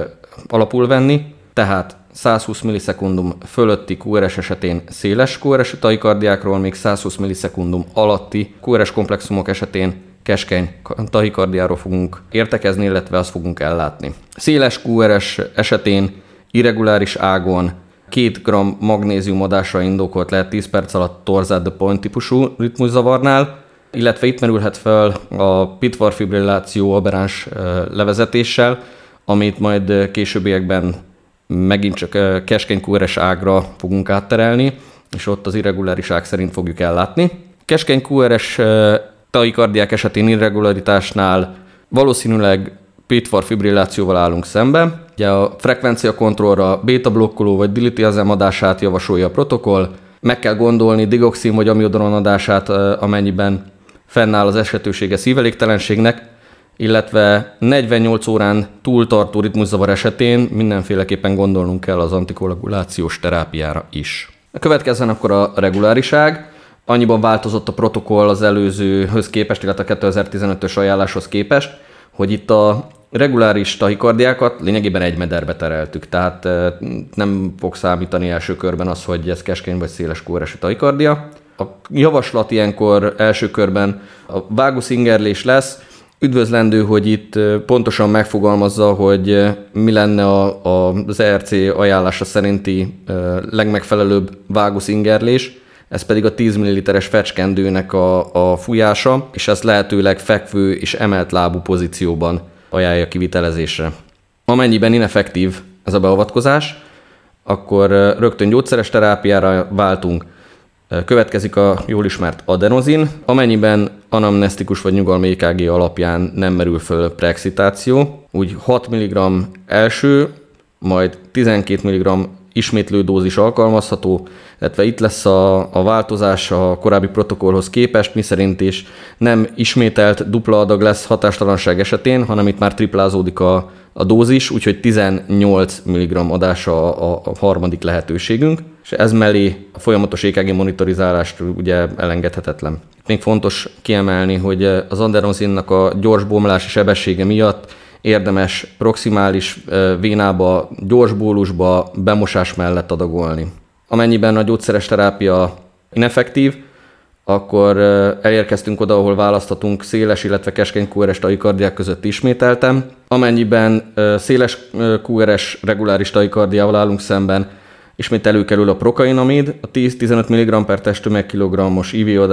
alapul venni, tehát 120 millisekundum fölötti QRS esetén széles QRS tahikardiákról, még 120 millisekundum alatti QRS komplexumok esetén keskeny tahikardiáról fogunk értekezni, illetve azt fogunk ellátni. Széles QRS esetén irreguláris ágon 2 g magnézium adásra indokolt lehet 10 perc alatt torzát de point típusú ritmuszavarnál, illetve itt merülhet fel a pitvar-fibrilláció aberáns levezetéssel, amit majd későbbiekben megint csak keskeny QRS ágra fogunk átterelni, és ott az irreguláris ág szerint fogjuk ellátni. Keskeny QRS tahikardiák esetén irregularitásnál valószínűleg pitvar-fibrillációval állunk szembe. Ugye a frekvenciakontrollra beta-blokkoló vagy dilitiazem adását javasolja a protokoll. Meg kell gondolni digoxin vagy amiodaron adását, amennyiben fennáll az esetősége szívelégtelenségnek, illetve 48 órán túltartó ritmuszavar esetén mindenféleképpen gondolnunk kell az antikoagulációs terápiára is. Következzen akkor a reguláriság. Annyiban változott a protokoll az előzőhöz képest, illetve a 2015-ös ajánláshoz képest, hogy itt a reguláris tahikardiákat lényegében egy mederbe tereltük, tehát nem fog számítani első körben az, hogy ez keskeny vagy széles QRS tahikardia. A javaslat ilyenkor első körben a váguszingerlés lesz. Üdvözlendő, hogy itt pontosan megfogalmazza, hogy mi lenne az ERC ajánlása szerinti legmegfelelőbb váguszingerlés. Ez pedig a 10 ml-es fecskendőnek a fújása, és ezt lehetőleg fekvő és emelt lábú pozícióban ajánlja kivitelezésre. Amennyiben ineffektív ez a beavatkozás, akkor rögtön gyógyszeres terápiára váltunk. Következik a jól ismert adenozin, amennyiben anamnesztikus vagy nyugalmi EKG alapján nem merül föl preexcitáció, úgy 6 mg első, majd 12 mg ismétlő dózis alkalmazható, illetve itt lesz a változás a korábbi protokollhoz képest, miszerint is nem ismételt dupla adag lesz hatástalanság esetén, hanem itt már triplázódik a dózis, úgyhogy 18 mg adása a harmadik lehetőségünk, és ez mellé a folyamatos EKG monitorizálást ugye elengedhetetlen. Még fontos kiemelni, hogy az adenoszinnak a gyors bomlási sebessége miatt érdemes proximális vénába, gyors bólusba, bemosás mellett adagolni. Amennyiben a gyógyszeres terápia ineffektív, akkor elérkeztünk oda, ahol választhatunk széles, illetve keskeny QRS tahikardiák között ismételten. Amennyiben széles QRS reguláris tahikardiával állunk szemben, ismét előkerül a prokainamid, a 10-15 mg per testtömeg kilogrammos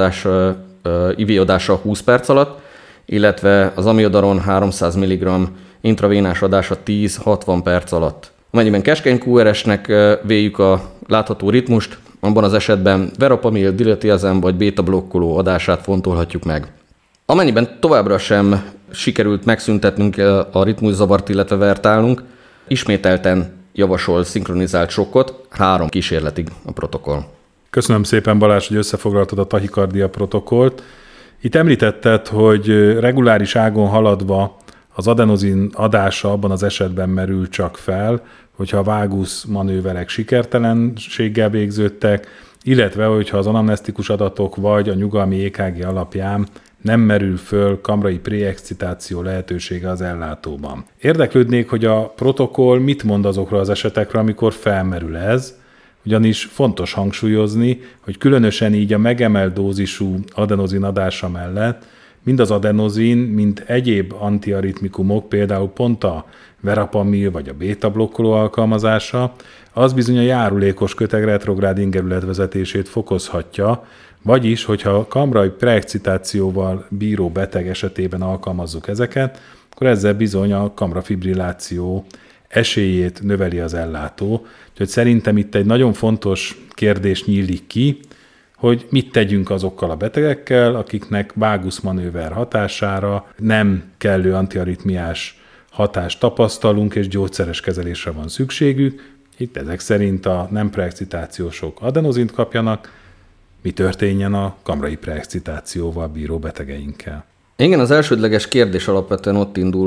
IV adása 20 perc alatt, illetve az amiodaron 300 mg intravénás adása 10-60 perc alatt. Amennyiben keskeny QRS-nek véljük a látható ritmust, abban az esetben verapamil, diltiazem vagy béta-blokkoló adását fontolhatjuk meg. Amennyiben továbbra sem sikerült megszüntetnünk a ritmuszavart, illetve vertálnunk, ismételten javasol szinkronizált sokkot 3 kísérletig a protokoll. Köszönöm szépen, Balázs, hogy összefoglaltad a tahikardia protokollt. Itt említetted, hogy reguláris ágon haladva az adenozin adása abban az esetben merül csak fel, hogyha a vágusz manőverek sikertelenséggel végződtek, illetve hogyha az anamnesztikus adatok vagy a nyugalmi EKG alapján nem merül föl kamrai préexcitáció lehetősége az ellátóban. Érdeklődnék, hogy a protokoll mit mond azokra az esetekre, amikor felmerül ez, ugyanis fontos hangsúlyozni, hogy különösen így a megemelt dózisú adenozin adása mellett mind az adenozin, mind egyéb antiaritmikumok, például pont a verapamil vagy a béta-blokkoló alkalmazása, az bizony a járulékos köteg retrográd ingerületvezetését fokozhatja, vagyis, hogyha a kamrai preexcitációval bíró beteg esetében alkalmazzuk ezeket, akkor ezzel bizony a kamrafibrilláció esélyét növeli az ellátó. Úgyhogy szerintem itt egy nagyon fontos kérdés nyílik ki, hogy mit tegyünk azokkal a betegekkel, akiknek váguszmanőver hatására nem kellő antiaritmiás hatást tapasztalunk, és gyógyszeres kezelésre van szükségük. Itt ezek szerint a nem preexcitációsok adenozint kapjanak, mi történjen a kamrai preexcitációval bíró betegeinkkel. Igen, az elsődleges kérdés alapvetően ott indul,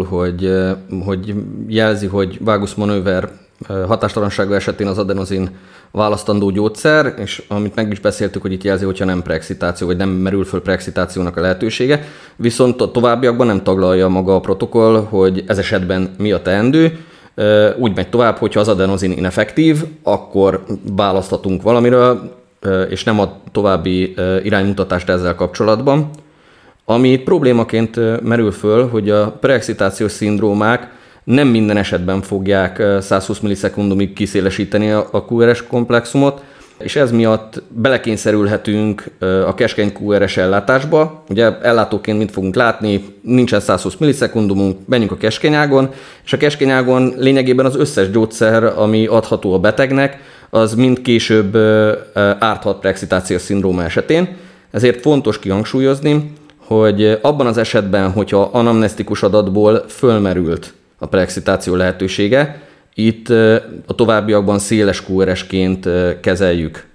hogy jelzi, hogy váguszmanőver hatástalansága esetén az adenozin választandó gyógyszer, és amit meg is beszéltük, hogy itt jelzi, hogyha nem preexcitáció, vagy nem merül föl preexcitációnak a lehetősége, viszont a továbbiakban nem taglalja maga a protokoll, hogy ez esetben mi a teendő. Úgy megy tovább, hogyha az adenozin ineffektív, akkor választhatunk valamiről, és nem ad további iránymutatást ezzel kapcsolatban. Ami problémaként merül föl, hogy a preexcitációs szindrómák nem minden esetben fogják 120 millisekundumig kiszélesíteni a QRS komplexumot, és ez miatt belekényszerülhetünk a keskeny QRS ellátásba. Ugye ellátóként mit fogunk látni, nincsen 120 millisekundumunk, menjünk a keskenyágon, és a keskenyágon lényegében az összes gyógyszer, ami adható a betegnek, az mind később árthat preexcitációs szindróma esetén. Ezért fontos kihangsúlyozni, hogy abban az esetben, hogyha anamnesztikus adatból fölmerült a preexcitáció lehetősége, itt a továbbiakban széles QRS-ként kezeljük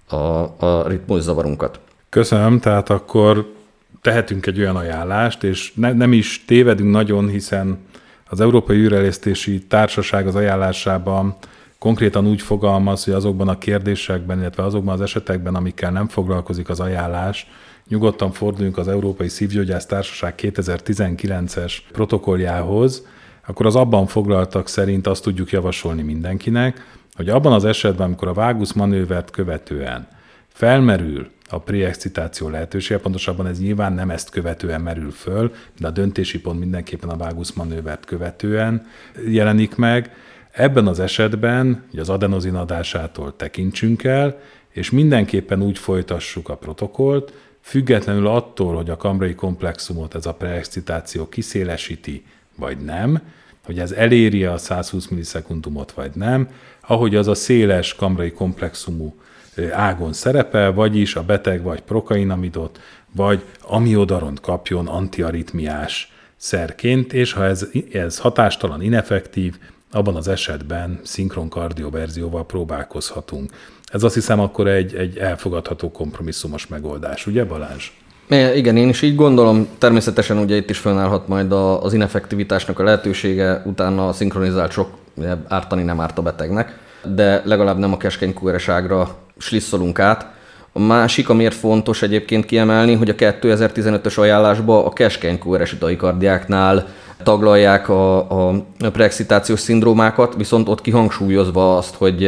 a ritmuszavarunkat. Köszönöm, tehát akkor tehetünk egy olyan ajánlást, és nem is tévedünk nagyon, hiszen az Európai Űrelésztési Társaság az ajánlásában konkrétan úgy fogalmaz, hogy azokban a kérdésekben, illetve azokban az esetekben, amikkel nem foglalkozik az ajánlás, nyugodtan forduljunk az Európai Szívgyógyász Társaság 2019-es protokolljához, akkor az abban foglaltak szerint azt tudjuk javasolni mindenkinek, hogy abban az esetben, amikor a váguszmanővert követően felmerül a préexcitáció lehetősége, pontosabban ez nyilván nem ezt követően merül föl, de a döntési pont mindenképpen a váguszmanővert követően jelenik meg. Ebben az esetben az adenozin adásától tekintsünk el, és mindenképpen úgy folytassuk a protokollt, függetlenül attól, hogy a kamrai komplexumot ez a preexcitáció kiszélesíti, vagy nem, hogy ez eléri a 120 millisekundumot, vagy nem, ahogy az a széles kamrai komplexumú ágon szerepel, vagyis a beteg vagy prokainamidot, vagy amiodaront kapjon antiaritmiás szerként, és ha ez hatástalan, ineffektív, abban az esetben szinkron kardioverzióval próbálkozhatunk. Ez azt hiszem akkor egy elfogadható kompromisszumos megoldás, ugye Balázs? Igen, én is így gondolom. Természetesen ugye itt is fönnállhat majd az ineffektivitásnak a lehetősége, utána a szinkronizált sok ártani nem árt a betegnek, de legalább nem a keskeny QRS-ágra slisszolunk át. A másik, amiért fontos egyébként kiemelni, hogy a 2015-ös ajánlásba a keskeny QRS tahikardiáknál taglalják a preexcitációs szindrómákat, viszont ott kihangsúlyozva azt,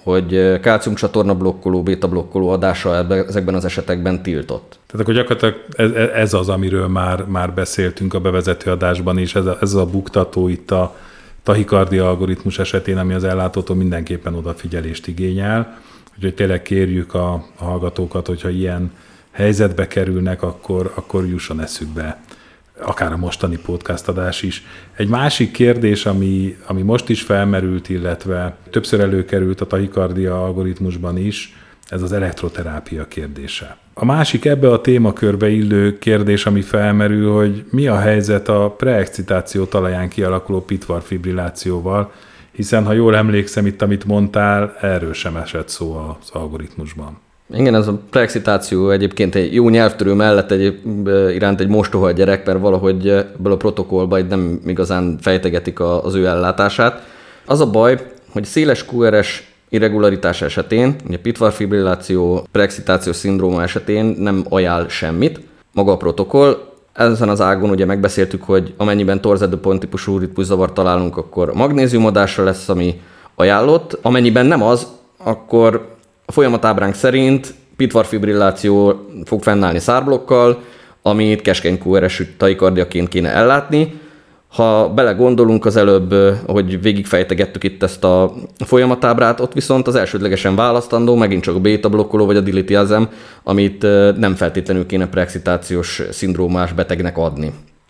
hogy kálciumcsatorna blokkoló, béta blokkoló adása ezekben az esetekben tiltott. Tehát akkor gyakorlatilag ez az, amiről már beszéltünk a bevezető adásban is, ez a buktató itt a tahikardia algoritmus esetén, ami az ellátótól mindenképpen odafigyelést igényel. Úgyhogy tényleg kérjük a hallgatókat, hogyha ilyen helyzetbe kerülnek, akkor jusson eszükbe akár a mostani podcast adás is. Egy másik kérdés, ami most is felmerült, illetve többször előkerült a tahikardia algoritmusban is, ez az elektroterápia kérdése. A másik ebbe a témakörbe illő kérdés, ami felmerül, hogy mi a helyzet a preexcitáció talaján kialakuló pitvarfibrillációval, hiszen ha jól emlékszem itt, amit mondtál, erről sem esett szó az algoritmusban. Igen, ez a preexcitáció egyébként egy jó nyelvtörő mellett iránt egy mostoha gyerek, mert valahogy ebből a protokollban nem igazán fejtegetik az ő ellátását. Az a baj, hogy széles QRS irregularitás esetén, ugye pitvarfibrilláció, preexcitáció szindróma esetén nem ajánl semmit. Maga a protokoll, ezen az ágon ugye megbeszéltük, hogy amennyiben torzett-de-Pont típusú ritmuszavar találunk, akkor magnéziumadásra lesz, ami ajánlott. Amennyiben nem az, akkor a folyamatábránk szerint pitvarfibrilláció fog fennállni szárblokkal, amit keskeny QRS-ű tahikardiaként kéne ellátni. Ha belegondolunk az előbb, ahogy végigfejtegettük itt ezt a folyamatábrát, ott viszont az elsődlegesen választandó megint csak a béta blokkoló vagy a dilitiazem, amit nem feltétlenül kéne preexcitációs szindrómás betegnek adni.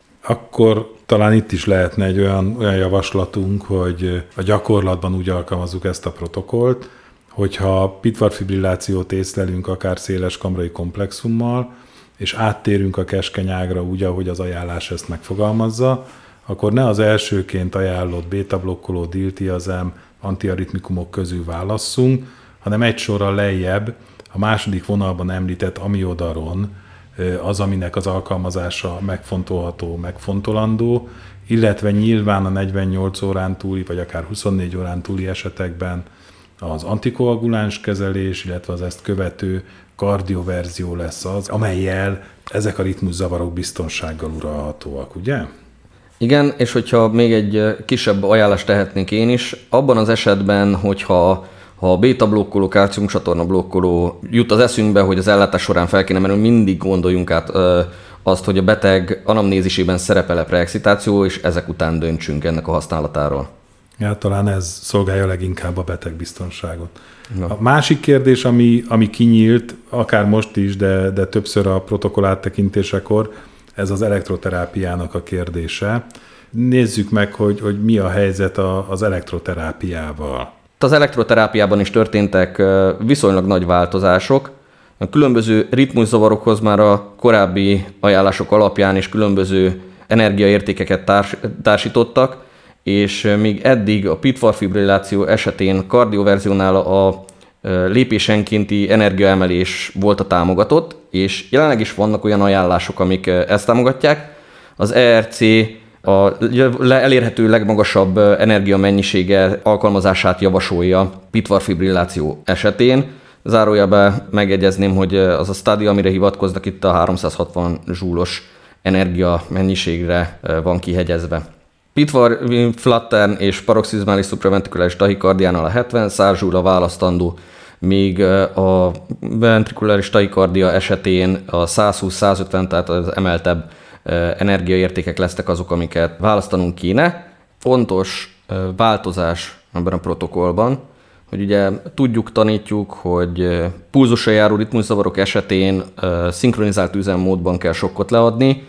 Akkor talán itt is lehetne egy olyan javaslatunk, hogy a gyakorlatban úgy alkalmazzuk ezt a protokollt, hogyha pitvarfibrillációt észlelünk akár széles kamrai komplexummal, és áttérünk a keskeny ágra úgy, ahogy az ajánlás ezt megfogalmazza, akkor ne az elsőként ajánlott béta-blokkoló, diltiazem, antiaritmikumok közül válasszunk, hanem egy sorral lejjebb a második vonalban említett amiodaron az, aminek az alkalmazása megfontolható, megfontolandó, illetve nyilván a 48 órán túli, vagy akár 24 órán túli esetekben az antikoaguláns kezelés, illetve az ezt követő kardioverzió lesz az, amellyel ezek a ritmuszavarok biztonsággal uralhatóak, ugye? Igen, és hogyha még egy kisebb ajánlást tehetnék én is, abban az esetben, hogyha a béta-blokkoló, kálciumcsatorna blokkoló jut az eszünkbe, hogy az ellátás során fel kéne menni, mindig gondoljunk át azt, hogy a beteg anamnézisében szerepel-e preexcitáció, és ezek után döntsünk ennek a használatáról. Ja, talán ez szolgálja leginkább a betegbiztonságot. Ja. A másik kérdés, ami kinyílt, akár most is, de többször a protokoll áttekintésekor, ez az elektroterápiának a kérdése. Nézzük meg, hogy mi a helyzet az elektroterápiával. Az elektroterápiában is történtek viszonylag nagy változások. A különböző ritmuszavarokhoz már a korábbi ajánlások alapján is különböző energiaértékeket társítottak, és még eddig a pitvarfibrilláció esetén kardioverziónál a lépésenkénti energiaemelés volt a támogatott, és jelenleg is vannak olyan ajánlások, amik ezt támogatják. Az ERC a elérhető legmagasabb energiamennyisége alkalmazását javasolja pitvarfibrilláció esetén. Zárójelben megjegyezném, hogy az a stádia, amire hivatkoznak, itt a 360 zsúlos energia mennyiségre van kihegyezve. Pitvar, flattern és paroxizmális szupraventrikuláris tahikardiánál a 70-100 zsúl a választandó, míg a ventrikuláris tahikardia esetén a 120-150, tehát az emeltebb energiaértékek lesznek azok, amiket választanunk kéne. Fontos változás ebben a protokollban, hogy ugye tanítjuk, hogy pulzusra járó ritmuszavarok esetén szinkronizált üzemmódban kell sokkot leadni,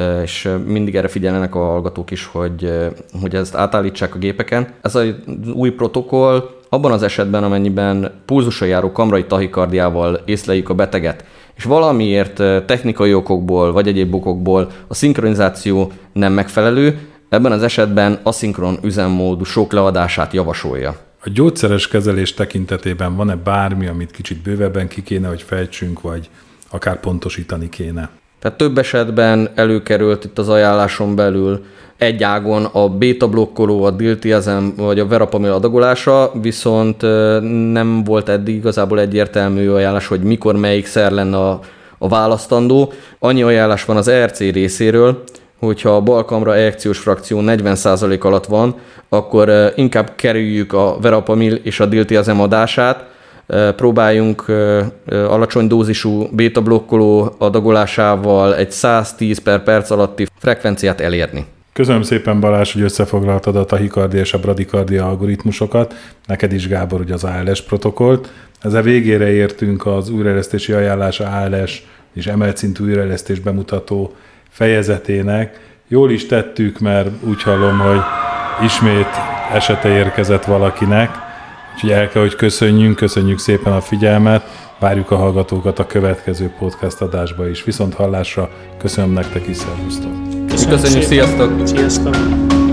és mindig erre figyelnek a hallgatók is, hogy ezt átállítsák a gépeken. Ez az új protokoll abban az esetben, amennyiben pulzusra járó kamrai tahikardiával észleljük a beteget, és valamiért technikai okokból vagy egyéb okokból a szinkronizáció nem megfelelő, ebben az esetben aszinkron üzemmódú sok leadását javasolja. A gyógyszeres kezelés tekintetében van-e bármi, amit kicsit bővebben ki kéne, hogy fejtsünk, vagy akár pontosítani kéne? Tehát több esetben előkerült itt az ajánláson belül egy ágon a béta-blokkoló, a diltiazem vagy a verapamil adagolása, viszont nem volt eddig igazából egyértelmű ajánlás, hogy mikor melyik szer lenne a választandó. Annyi ajánlás van az ERC részéről, hogyha a balkamra ejekciós frakció 40% alatt van, akkor inkább kerüljük a verapamil és a diltiazem adását, próbáljunk alacsony dózisú béta-blokkoló adagolásával egy 110 per perc alatti frekvenciát elérni. Köszönöm szépen, Balázs, hogy összefoglaltad a tahikardia és a bradikardia algoritmusokat, neked is, Gábor, hogy az ALS protokollt. Ezzel végére értünk az újraélesztési ajánlás ALS és emelt szintű újraélesztés bemutató fejezetének. Jól is tettük, mert úgy hallom, hogy ismét esete érkezett valakinek, úgyhogy el kell, hogy köszönjük szépen a figyelmet, várjuk a hallgatókat a következő podcast adásba is. Viszont hallásra, köszönöm nektek is, szervusztok! Köszönjük, sziasztok! Sziasztok!